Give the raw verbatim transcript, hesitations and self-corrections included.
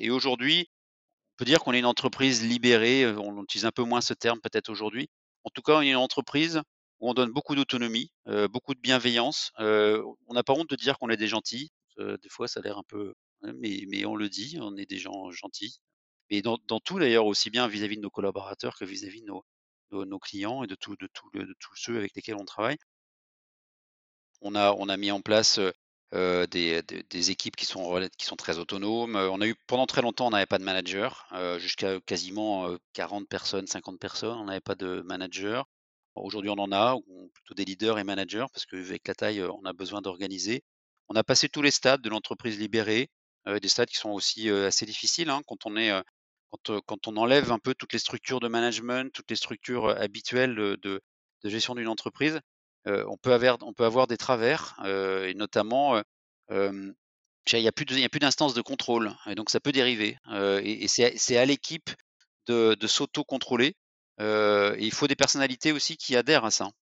et et aujourd'hui, on peut dire qu'on est une entreprise libérée, heu, on utilise un peu moins ce terme peut-être aujourd'hui. En tout cas, on est une entreprise où on donne beaucoup d'autonomie, heu, beaucoup de bienveillance, heu, on n'a pas honte de dire qu'on est des gentils, heu, des fois ça a l'air un peu hein, mais mais on le dit, on est des gens gentils et dans dans tout d'ailleurs, aussi bien vis-à-vis de nos collaborateurs que vis-à-vis de nos de nos clients et de tous de tous le de tous ceux avec lesquels on travaille. On a on a mis en place, heu heu, des des des équipes qui sont relat qui sont très autonomes, heu, on a eu pendant très longtemps, on n'avait pas de manager, heu, jusqu'à quasiment, heu, quarante personnes, cinquante personnes, on n'avait pas de manager. Aujourd'hui, on en a, ou plutôt des leaders et managers parce qu'avec la taille, heu, on a besoin d'organiser. On a passé tous les stades de l'entreprise libérée, heu, des stades qui sont aussi, heu, assez difficiles, hein, quand on est, heu, quand, heu, quand on enlève un peu toutes les structures de management, toutes les structures, heu, habituelles, heu, de de gestion d'une entreprise, heu, on peut avoir on peut avoir des travers, heu et notamment, heu, hem, déjà il y a plus de il y a plus d'instances de contrôle et donc ça peut dériver, heu et et c'est à c'est à l'équipe de de s'auto-contrôler, heu et il faut des personnalités aussi qui adhèrent à ça.